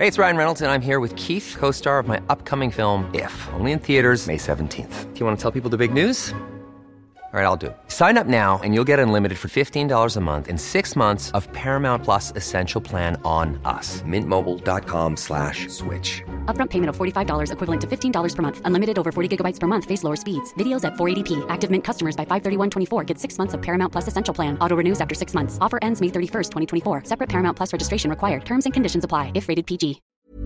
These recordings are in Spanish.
Hey, it's Ryan Reynolds, and I'm here with Keith, co-star of my upcoming film, If, only in theaters May 17th. Do you want to tell people the big news? All right, I'll do it. Sign up now and you'll get unlimited for $15 a month and 6 months of Paramount Plus Essential Plan on us. MintMobile.com/switch. Upfront payment of $45 equivalent to $15 per month. Unlimited over 40 gigabytes per month. Face lower speeds. Videos at 480p. Active Mint customers by 531.24 get 6 months of Paramount Plus Essential Plan. Auto renews after 6 months. Offer ends May 31st, 2024. Separate Paramount Plus registration required. Terms and conditions apply if rated PG.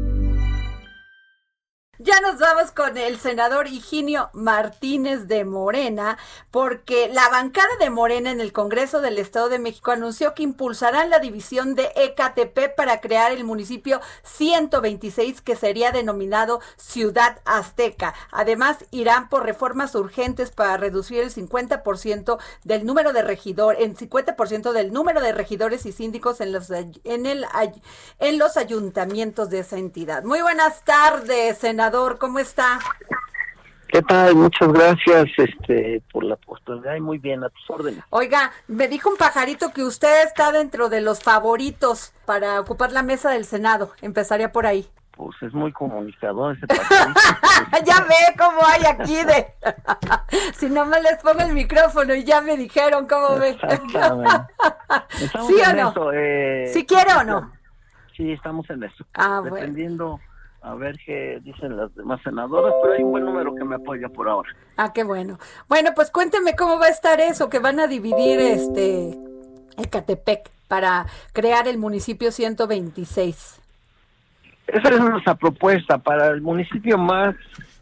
Ya nos vamos con el senador Higinio Martínez de Morena, porque la bancada de Morena en el Congreso del Estado de México anunció que impulsarán la división de Ecatepec para crear el municipio 126, que sería denominado Ciudad Azteca. Además, irán por reformas urgentes para reducir el 50% del número de regidores y síndicos en los ayuntamientos de esa entidad. Muy buenas tardes, senador. ¿Cómo está? ¿Qué tal? Muchas gracias por la oportunidad y muy bien, a tus órdenes. Oiga, me dijo un pajarito que usted está dentro de los favoritos para ocupar la mesa del Senado. Empezaría por ahí. Pues es muy comunicador ese pajarito. Ya ve cómo hay aquí de... Si no me les pongo el micrófono y ya me dijeron cómo ve. ¿Sí o no? Eso, ¿Sí quiere o no? Sí, estamos en eso. Dependiendo... Bueno. A ver qué dicen las demás senadoras, pero hay un buen número que me apoya por ahora. Qué bueno. Bueno, pues cuénteme cómo va a estar eso, que van a dividir Ecatepec para crear el municipio 126. Esa es nuestra propuesta para el municipio más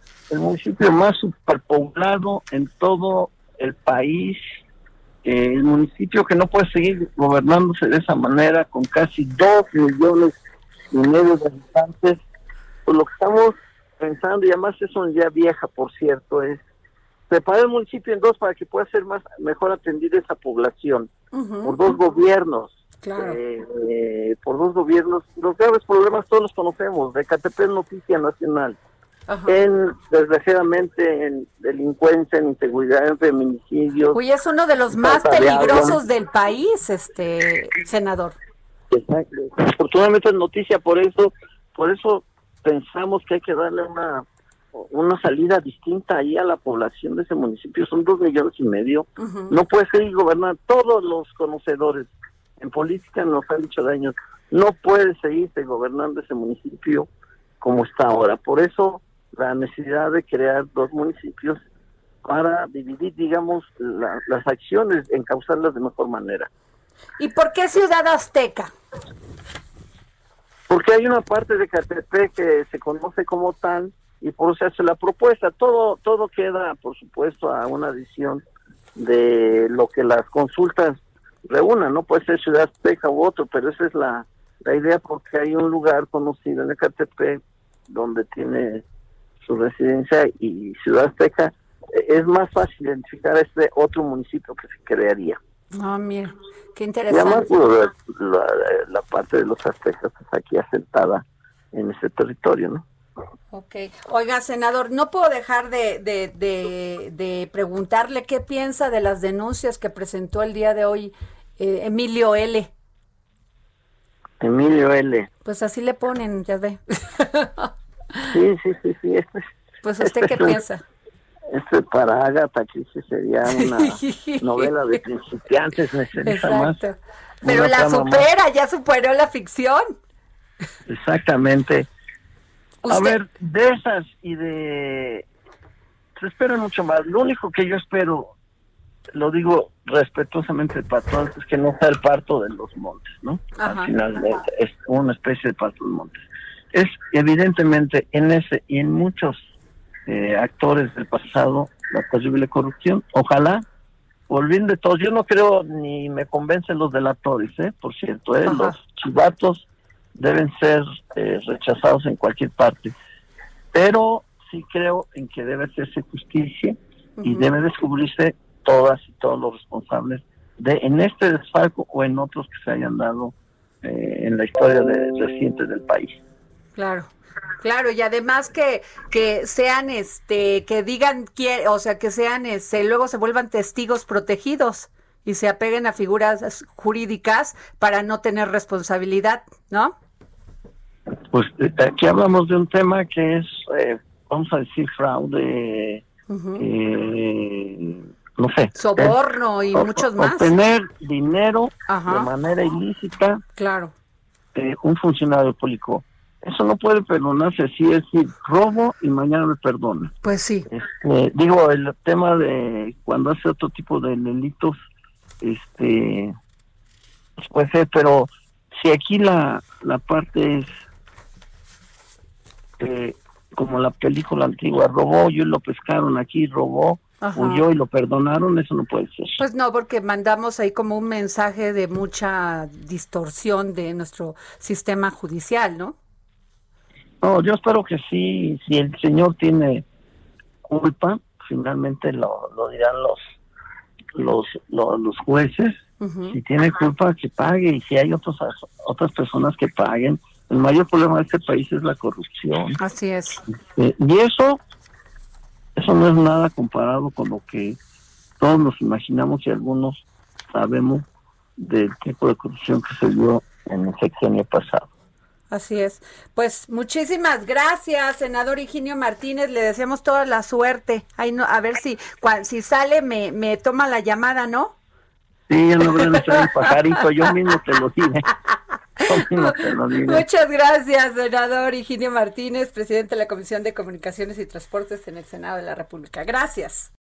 superpoblado en todo el país, el municipio que no puede seguir gobernándose de esa manera, con casi 2,5 millones de habitantes. Pues lo que estamos pensando, y además es una idea vieja, por cierto, es separar el municipio en dos para que pueda ser mejor atendida esa población, por dos gobiernos. Claro. Por dos gobiernos. Los graves problemas todos los conocemos. De Ecatepec, noticia nacional. Desgraciadamente, en delincuencia, en inseguridad, en feminicidios. Uy, es uno de los más peligrosos del país, senador. Exacto. Afortunadamente es noticia, por eso pensamos que hay que darle una salida distinta ahí a la población de ese municipio. Son 2,5 millones. No puede seguir gobernar. Todos los conocedores en política nos han dicho de años, no puede seguirse gobernando ese municipio como está ahora. Por eso la necesidad de crear dos municipios para dividir, digamos, las acciones, encauzarlas de mejor manera. ¿Y por qué Ciudad Azteca? Porque hay una parte de Ecatepec que se conoce como tal y por eso se hace la propuesta. Todo queda, por supuesto, a una decisión de lo que las consultas reúnan. No puede ser Ciudad Azteca u otro, pero esa es la idea, porque hay un lugar conocido en Ecatepec donde tiene su residencia, y Ciudad Azteca es más fácil identificar este otro municipio que se crearía. Mira, qué interesante. Y además, la parte de los aztecas está aquí asentada en ese territorio, ¿no? Ok. Oiga, senador, no puedo dejar de preguntarle qué piensa de las denuncias que presentó el día de hoy Emilio L. Emilio L. Pues así le ponen, ya ve. Sí. Pues ¿usted qué piensa? Para Agatha Christie sería una novela de principiantes. Exacto. Pero la supera, ya superó la ficción. Exactamente. A ver, de esas y se espera mucho más. Lo único que yo espero, lo digo respetuosamente para todos, es que no sea el parto de los montes, ¿no? Al final es una especie de parto de los montes. Es evidentemente en ese y en muchos actores del pasado la posible corrupción. Ojalá olviden de todos. Yo no creo ni me convencen los delatores, por cierto, los chivatos deben ser rechazados en cualquier parte, pero sí creo en que debe hacerse justicia y debe descubrirse todas y todos los responsables en este desfalco o en otros que se hayan dado en la historia reciente del país. Claro, y además que sean que digan o sea, que sean luego se vuelvan testigos protegidos y se apeguen a figuras jurídicas para no tener responsabilidad, ¿no? Pues aquí hablamos de un tema que es, vamos a decir, fraude, no sé. Soborno y muchos más. Obtener dinero de manera ilícita. Claro. Un funcionario público. Eso no puede perdonarse, así es decir, robo y mañana me perdona. Pues sí. Digo, el tema de cuando hace otro tipo de delitos, pues puede ser, pero si aquí la parte es como la película antigua, robó y lo pescaron, aquí robó, huyó y lo perdonaron, eso no puede ser. Pues no, porque mandamos ahí como un mensaje de mucha distorsión de nuestro sistema judicial, ¿no? No, yo espero que sí, si el señor tiene culpa, finalmente lo dirán los jueces. Si tiene culpa, que pague, y si hay otras personas que paguen. El mayor problema de este país es la corrupción. Así es. Y eso no es nada comparado con lo que todos nos imaginamos y algunos sabemos del tipo de corrupción que se dio en el sexenio pasado. Así es. Pues muchísimas gracias, senador Higinio Martínez. Le deseamos toda la suerte. Ay, no, a ver si sale me toma la llamada, ¿no? Sí, ya no voy a estar el pajarito, yo mismo te lo diré. Muchas gracias, senador Higinio Martínez, presidente de la Comisión de Comunicaciones y Transportes en el Senado de la República. Gracias.